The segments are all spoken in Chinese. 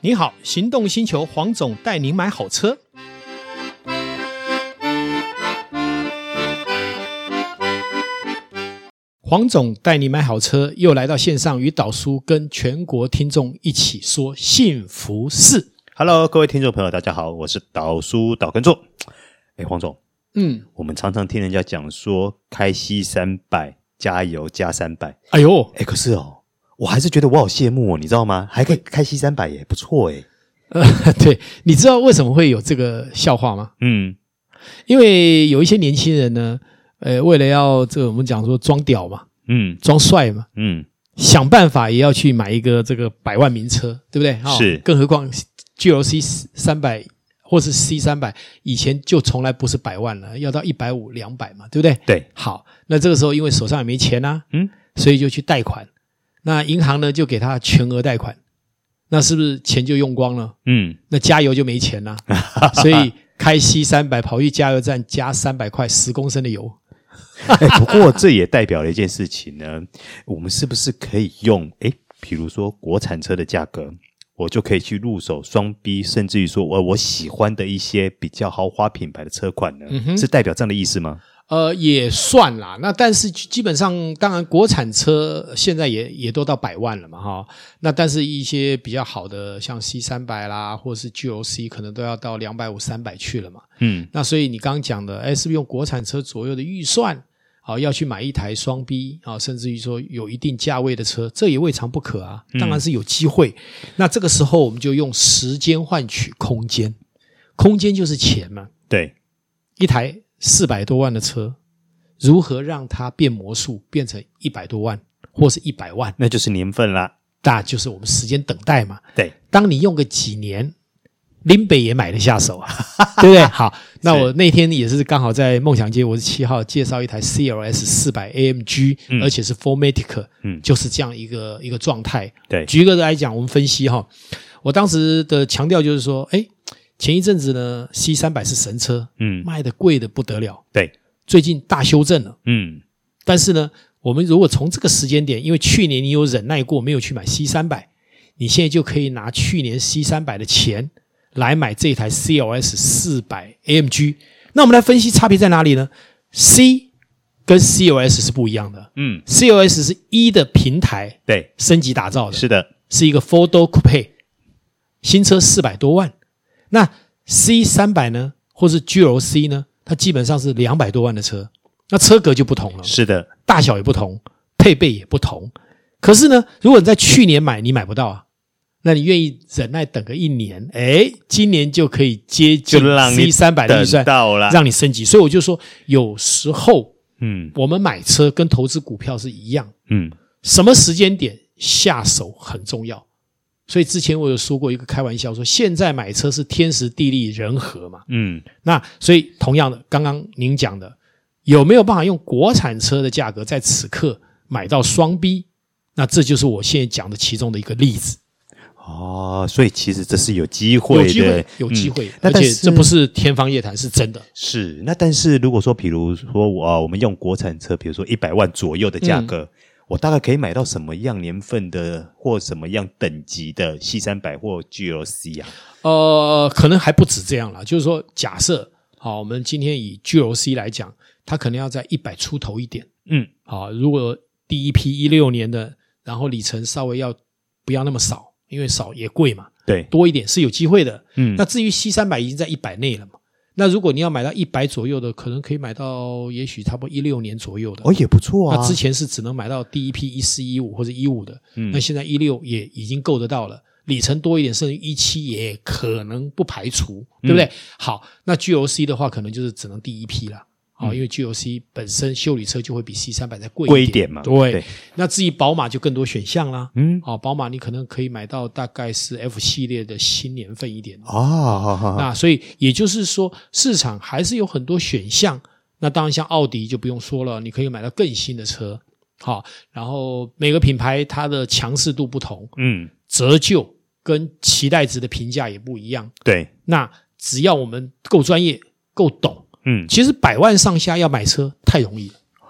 你好，行动星球黄总带您买好车。黄总带你买好车，又来到线上与导叔跟全国听众一起说幸福事。 Hello， 各位听众朋友，大家好，我是导叔导根座。黄总，我们常常听人家讲说开 C300 加油加300， 哎呦， 可是我还是觉得我好羡慕你知道吗？还可以开 C300 也不错对，你知道为什么会有这个笑话吗？因为有一些年轻人呢，为了要这个我们讲说装屌嘛，装帅嘛，想办法也要去买一个这个100万名车，对不对？ 是， 更何况 GLC 300或是 C300 以前就从来不是100万了，要到150、200嘛，对不对？ 对。 好，那这个时候因为手上也没钱啊，所以就去贷款。那银行呢就给他全额贷款，那是不是钱就用光了？那加油就没钱了，所以开 C300 跑去加油站加300块10公升的油。 不过这也代表了一件事情呢，我们是不是可以用比如说国产车的价格，我就可以去入手双 B， 甚至于说我喜欢的一些比较豪华品牌的车款呢，是代表这样的意思吗？ 也算啦，那但是基本上当然国产车现在也都到100万了嘛哈，那但是一些比较好的像 C300 啦或是 GLC 可能都要到250、300去了嘛。那所以你刚刚讲的是不是用国产车左右的预算要去买一台双 B 甚至于说有一定价位的车，这也未尝不可啊，当然是有机会。那这个时候我们就用时间换取空间，空间就是钱嘛。 对， 一台400多万的车，如何让它变魔术变成100多万或是100万？ 那就是年份啦， 那就是我们时间等待嘛。 对， 当你用个几年，林北也买得下手啊，对不对？好，那我那天也是刚好在梦想街57号介绍一台 CLS 400 AMG，而且是 4MATIC，就是这样一个状态。 对， 举一个来讲，我们分析哈，我当时的强调就是说，前一阵子呢 C300 是神车，卖的贵的不得了， 对， 最近大修正了，但是呢，我们如果从这个时间点，因为去年你有忍耐过没有去买 C300， 你现在就可以拿去年 C300 的钱来买这台 CLS 400 AMG。 那我们来分析差别在哪里呢？ C 跟 CLS 是不一样的，CLS 是1的平台对升级打造的， 是的， 是一个 4-door coupe， 新车400多万。那 C300 呢或是 GLC 呢，它基本上是200多万的车，那车格就不同了， 是的， 大小也不同，配备也不同。可是呢，如果你在去年买你买不到啊，那你愿意忍耐等个1年，今年就可以接近 C300 的预算，让你升级。所以我就说有时候我们买车跟投资股票是一样，什么时间点下手很重要。所以之前我有说过一个开玩笑，说现在买车是天时地利人和嘛，那所以同样的，刚刚您讲的，有没有办法用国产车的价格在此刻买到双 B？ 那这就是我现在讲的其中的一个例子。 所以其实这是有机会的， 有机会，而且这不是天方夜谭，是真的。 是，那但是如果说比如说我们用国产车，比如说100万左右的价格，我大概可以买到什么样年份的或什么样等级的 C300 或 GLC 啊？ 可能还不止这样啦，就是说假设我们今天以 GLC 来讲，它可能要在100出头一点，如果第一批16年的，然后里程稍微要不要那么少，因为少也贵嘛， 对， 多一点是有机会的。那至于 C300 已经在100内了嘛，那如果你要买到100左右的，可能可以买到也许差不多16年左右的， 也不错啊。 那之前是只能买到第一批14、15或者15的，那现在16也已经够得到了，里程多一点，甚至17也可能不排除，对不对？好，那 GLC 的话可能就是只能第一批啦。因为 GLC 本身修理车就会比 C300 再贵一点嘛， 对。那至于宝马就更多选项啦，宝马你可能可以买到大概是 F 系列的新年份一点那所以也就是说市场还是有很多选项。那当然像奥迪就不用说了，你可以买到更新的车，然后每个品牌它的强势度不同，折旧跟期待值的评价也不一样， 对。 那只要我们够专业够懂，其实100万上下要买车太容易了，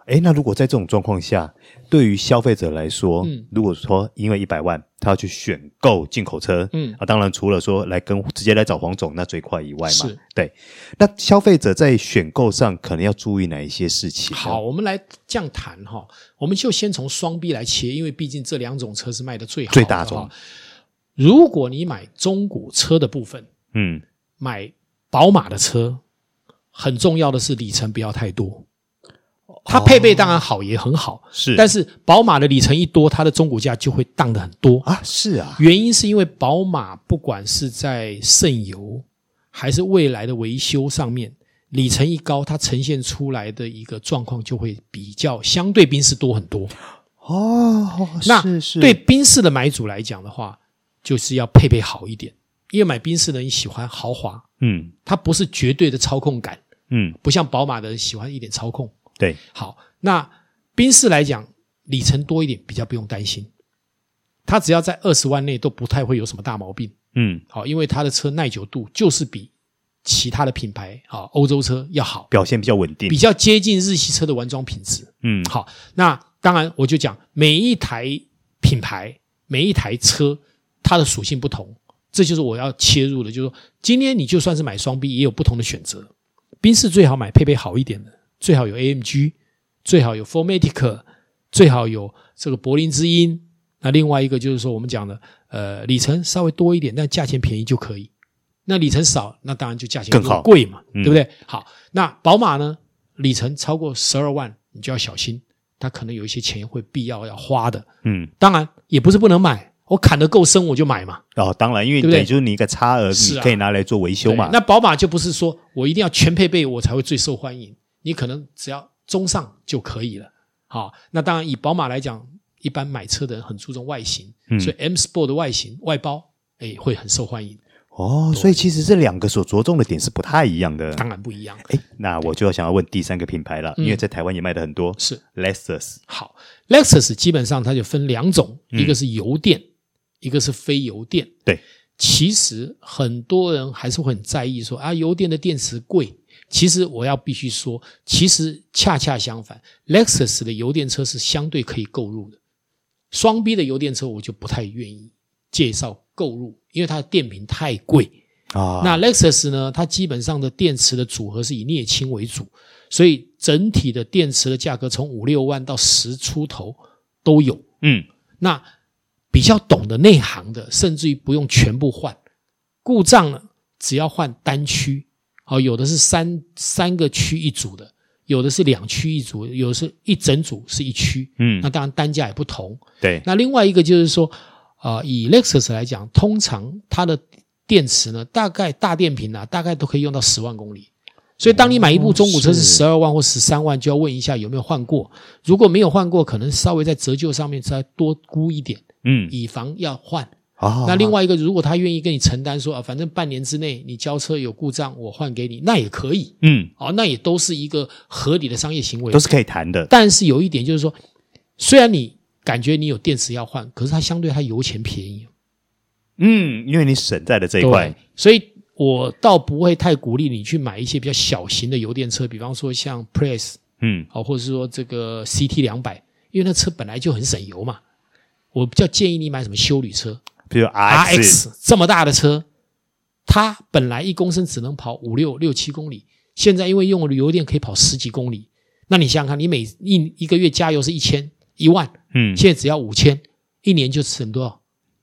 那如果在这种状况下，对于消费者来说，如果说因为100万他要去选购进口车，当然除了说直接来找黄总那最快以外嘛，对，那消费者在选购上可能要注意哪一些事情？ 好，我们来这样谈哈，我们就先从双 B 来切，因为毕竟这2种车是卖的最好的， 最大众。 如果你买中古车的部分，买宝马的车，很重要的是里程不要太多。它配备当然好也很好， 是， 但是宝马的里程一多，它的中古价就会荡得很多啊。是啊， 原因是因为宝马不管是在渗油还是未来的维修上面，里程一高，它呈现出来的一个状况就会比较相对宾士多很多。那对宾士的买主来讲的话，就是要配备好一点，因为买宾士的人喜欢豪华，它不是绝对的操控感，不像宝马的人喜欢一点操控。 对， 好，那宾士来讲，里程多一点比较不用担心，它只要在20万内都不太会有什么大毛病。好，因为它的车耐久度就是比其他的品牌欧洲车要好， 表现比较稳定， 比较接近日系车的完装品质。好，那当然我就讲每一台品牌每一台车它的属性不同，这就是我要切入的，就是说今天你就算是买双 B 也有不同的选择。宾士最好买配备好一点的，最好有 AMG， 最好有 4MATIC， 最好有这个柏林之音。那另外一个就是说我们讲的里程稍微多一点，但价钱便宜就可以。那里程少，那当然就价钱更贵嘛，对不对？好，那宝马呢，里程超过12万你就要小心，它可能有一些钱会必要花的。当然也不是不能买，我砍得够深我就买嘛。 当然，因为等于就是你一个差额，你可以拿来做维修嘛。 那宝马就不是说我一定要全配备我才会最受欢迎，你可能只要中上就可以了。好，那当然以宝马来讲，一般买车的人很注重外形，所以 M Sport 的外形外包会很受欢迎。 所以其实这2个所着重的点是不太一样的。 当然不一样。 那我就想要问第3个品牌了，因为在台湾也卖的很多， 是 Lexus。 好， Lexus 基本上它就分2种，一个是油电，一个是非油电。 对， 其实很多人还是会很在意说油电的电池贵。其实我要必须说，其实恰恰相反， Lexus 的油电车是相对可以购入的。双 B 的油电车我就不太愿意介绍购入，因为它的电瓶太贵。那 Lexus 呢，它基本上的电池的组合是以镍氢为主，所以整体的电池的价格从5-6万到10出头都有。那比较懂得内行的，甚至于不用全部换，故障呢只要换单区。有的是三个区一组的，有的是2区一组，有的是一整组是1区。那当然单价也不同。 对， 那另外一个就是说以 Lexus 来讲，通常它的电池呢，大概大电瓶大概都可以用到10万公里。所以当你买一部中古车是12万或13万，就要问一下有没有换过。如果没有换过，可能稍微在折旧上面再多估一点，以防要换。那另外一个，如果他愿意跟你承担说反正半年之内你交车有故障我换给你，那也可以。那也都是一个合理的商业行为， 都是可以谈的。 但是有一点就是说，虽然你感觉你有电池要换，可是它相对它油钱便宜。 因为你省在了这一块， 所以我倒不会太鼓励你去买一些比较小型的油电车，比方说像 Prius，或者是说这个 CT200， 因为那车本来就很省油嘛。我比较建议你买什么休旅车， 比如 RX 这么大的车，它本来1公升只能跑6-7公里，现在因为用了油电可以跑10几公里。那你想想看，你每一个月加油是1万，现在只要5000，一年就省多少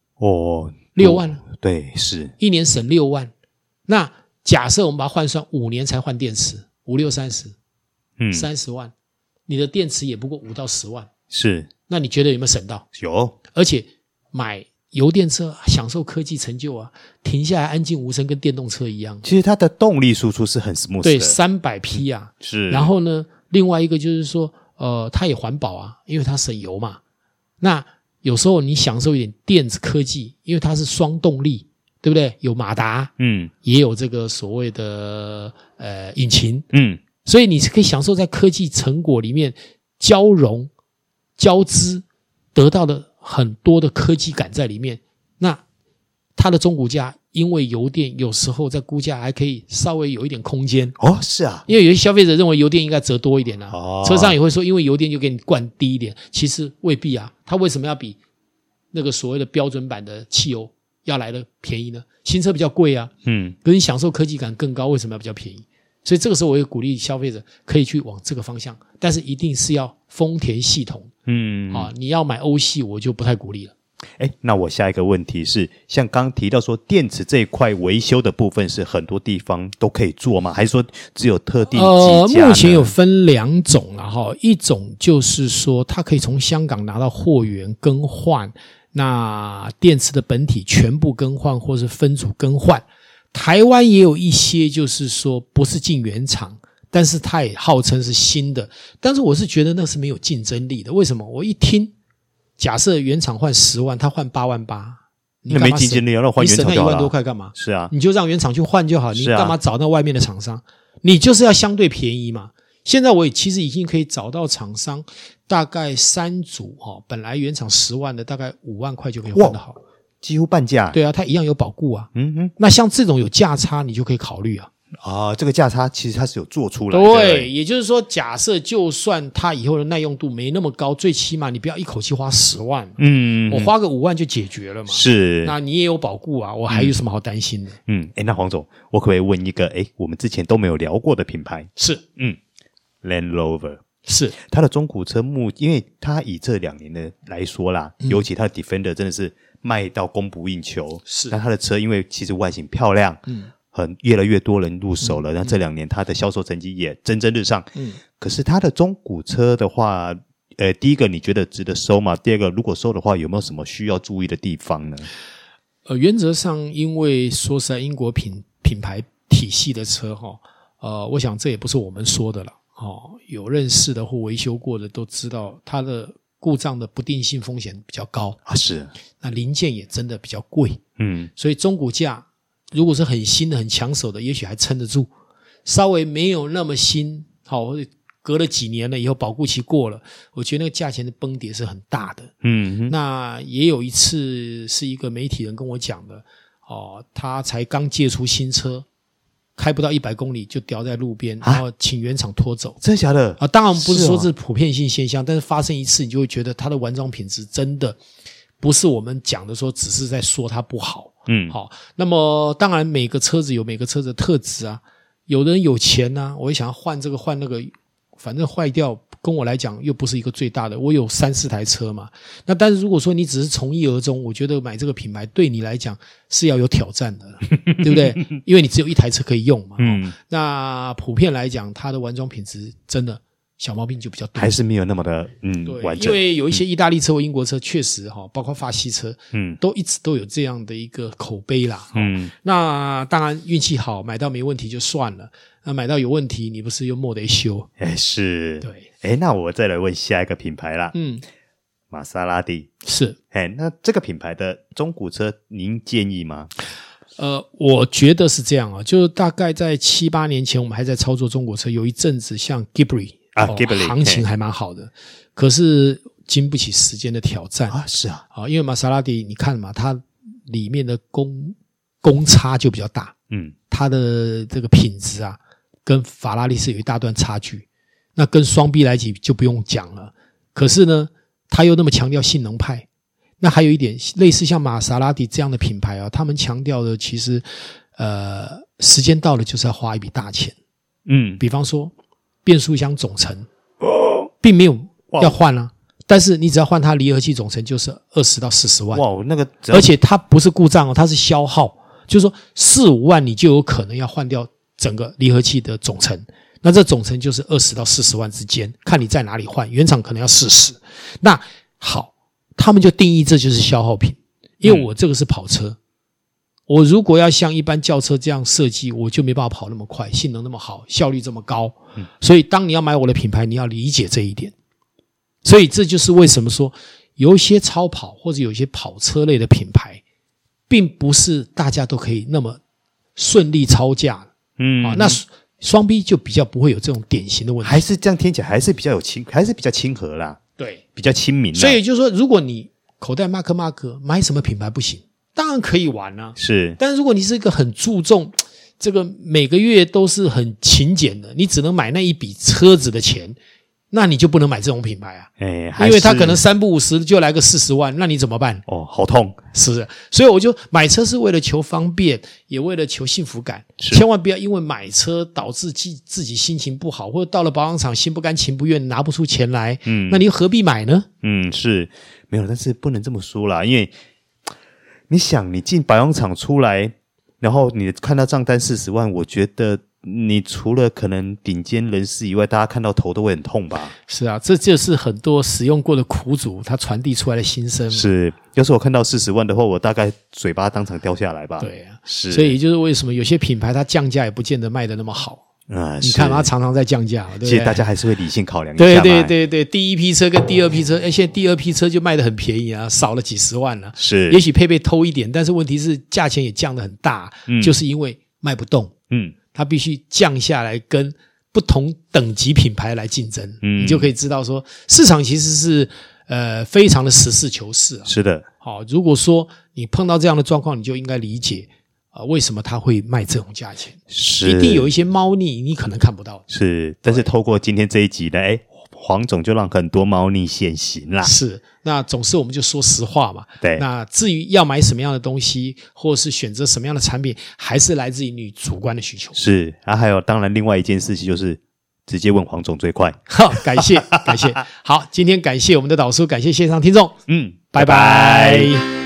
？6万了。 对，是一年省6万。那假设我们把它换算5年才换电池，5、6、30，30万，你的电池也不过5到10万。 是， 那你觉得有没有省到？ 有。 而且买油电车享受科技成就停下来安静无声，跟电动车一样。 其实它的动力输出是很 smooth 的。 对，300匹是。 然后呢，另外一个就是说它也环保因为它省油嘛。那有时候你享受一点电子科技，因为它是双动力，对不对？有马达，也有这个所谓的引擎，所以你是可以享受在科技成果里面交融交织得到的很多的科技感在里面。那它的中古价因为油电有时候在估价还可以稍微有一点空间。 哦，是啊， 因为有些消费者认为油电应该折多一点啊， 哦， 车商也会说因为油电就给你灌低一点，其实未必啊，它为什么要比那个所谓的标准版的汽油要来的便宜呢？新车比较贵啊，可是你享受科技感更高，为什么要比较便宜？所以这个时候我也鼓励消费者可以去往这个方向，但是一定是要丰田系统，你要买欧系我就不太鼓励了。 那我下一个问题是，像刚提到说电池这一块维修的部分是很多地方都可以做吗？还是说只有特定几家呢？ 目前有分2种啦哈，一种就是说它可以从香港拿到货源更换，那电池的本体全部更换或是分组更换。台湾也有一些就是说不是进原厂，但是它也号称是新的，但是我是觉得那是没有竞争力的。为什么？我一听，假设原厂换10万，他换8万8， 那没竞争力，那换原厂就好了。 你省那1万多块干嘛？ 是啊， 你就让原厂去换就好，你干嘛找那外面的厂商？你就是要相对便宜嘛。现在我其实已经可以找到厂商，大概3组本来原厂10万的，大概5万块就可以换得好。 几乎半价。 对啊，它一样有保固啊。那像这种有价差你就可以考虑啊。 这个价差其实它是有做出来的。 对，也就是说假设就算它以后的耐用度没那么高，最起码你不要一口气花10万。我花个5万就解决了嘛。 是。 那你也有保固啊，我还有什么好担心的？ 那黄总，我可不可以问一个我们之前都没有聊过的品牌？ 是。 Land Rover。 是它的中古车因为它以这2年的来说啦，尤其它的 Defender 真的是卖到供不应求。 是。 但它的车因为其实外形漂亮，越来越多人入手了，那这2年它的销售成绩也蒸蒸日上。可是它的中古车的话，第一个你觉得值得收吗？第二个如果收的话，有没有什么需要注意的地方呢？ 原则上因为说实在英国品牌体系的车我想这也不是我们说的了。有认识的或维修过的都知道它的故障的不定性风险比较高啊。是。那零件也真的比较贵。所以中古价如果是很新的很抢手的也许还撑得住，稍微没有那么新或者隔了几年了以后保固期过了，我觉得那个价钱的崩跌是很大的。那也有一次是一个媒体人跟我讲的他才刚借出新车，开不到100公里就掉在路边，然后请原厂拖走。 真的假的？ 当然不是说是普遍性现象，但是发生一次你就会觉得它的完装品质真的不是我们讲的说只是在说它不好。好，那么当然每个车子有每个车子的特质啊，有的人有钱啊，我也想要换这个换那个，反正坏掉跟我来讲又不是一个最大的，我有3-4台车嘛。那但是如果说你只是从一而终，我觉得买这个品牌对你来讲是要有挑战的对不对？因为你只有1台车可以用嘛。那普遍来讲它的完装品质真的小毛病就比较多， 还是没有那么的完整。 因为有一些意大利车或英国车确实包括法系车都一直都有这样的一个口碑啦。那当然运气好买到没问题就算了，那买到有问题你不是又没得修。 是。 对。 那我再来问下一个品牌啦。玛莎拉蒂。 是。 那这个品牌的中古车您建议吗？ 我觉得是这样就大概在7-8年前我们还在操作中国车，有一阵子像 Ghibli行情还蛮好的，可是经不起时间的挑战是啊。 因为玛莎拉蒂你看嘛，它里面的公差就比较大。它的这个品质啊跟法拉利是有一大段差距，那跟双 B 来比就不用讲了。可是呢它又那么强调性能派，那还有一点类似像玛莎拉蒂这样的品牌他们强调的其实时间到了就是要花一笔大钱。比方说变速箱总成并没有要换但是你只要换它离合器总成就是20到40万。而且它不是故障它是消耗，就是说4-5万你就有可能要换掉整个离合器的总成，那这总成就是20到40万之间，看你在哪里换，原厂可能要40。那好，他们就定义这就是消耗品，因为我这个是跑车，我如果要像一般轿车这样设计，我就没办法跑那么快，性能那么好，效率这么高。所以当你要买我的品牌，你要理解这一点。所以这就是为什么说有一些超跑或者有一些跑车类的品牌并不是大家都可以那么顺利超价。那双 B 就比较不会有这种典型的问题， 还是这样听起来还是比较还是比较亲和啦。 对， 比较亲民啦。 所以就是说如果你口袋 mark 买什么品牌不行， 当然可以玩啊。 是， 但是如果你是一个很注重这个每个月都是很勤俭的，你只能买那一笔车子的钱，那你就不能买这种品牌啊。因为他可能3不5时就来个40万，那你怎么办？ 哦，好痛。 是，所以我就买车是为了求方便，也为了求幸福感，千万不要因为买车导致自己心情不好，或者到了保养厂心不甘情不愿拿不出钱来，那你何必买呢？ 是没有，但是不能这么说啦，因为你想你进保养厂出来，然后你看到账单40万，我觉得你除了可能顶尖人士以外，大家看到头都会很痛吧？是啊，这就是很多使用过的苦主他传递出来的心声。 是，要是我看到40万的话，我大概嘴巴当场掉下来吧。 对啊，是，所以就是为什么有些品牌它降价也不见得卖得那么好。你看它常常在降价，对不对？ 其实大家还是会理性考量一下。 对，第一批车跟第二批车，现在第二批车就卖得很便宜啊，少了几十万了。 是， 也许配备偷一点，但是问题是价钱也降得很大，就是因为卖不动。它必须降下来跟不同等级品牌来竞争，你就可以知道说市场其实是非常的实事求是啊。 是的， 好，如果说你碰到这样的状况，你就应该理解为什么他会卖这种价钱， 是一定有一些猫腻你可能看不到。 是，但是透过今天这一集呢，黄总就让很多猫腻现形啦。 是，那总是我们就说实话嘛。 对， 那至于要买什么样的东西，或是选择什么样的产品，还是来自于你主观的需求。 是啊，还有当然另外一件事情就是直接问黄总最快。 好，感谢。好，今天感谢我们的导叔，感谢线上听众。 拜拜。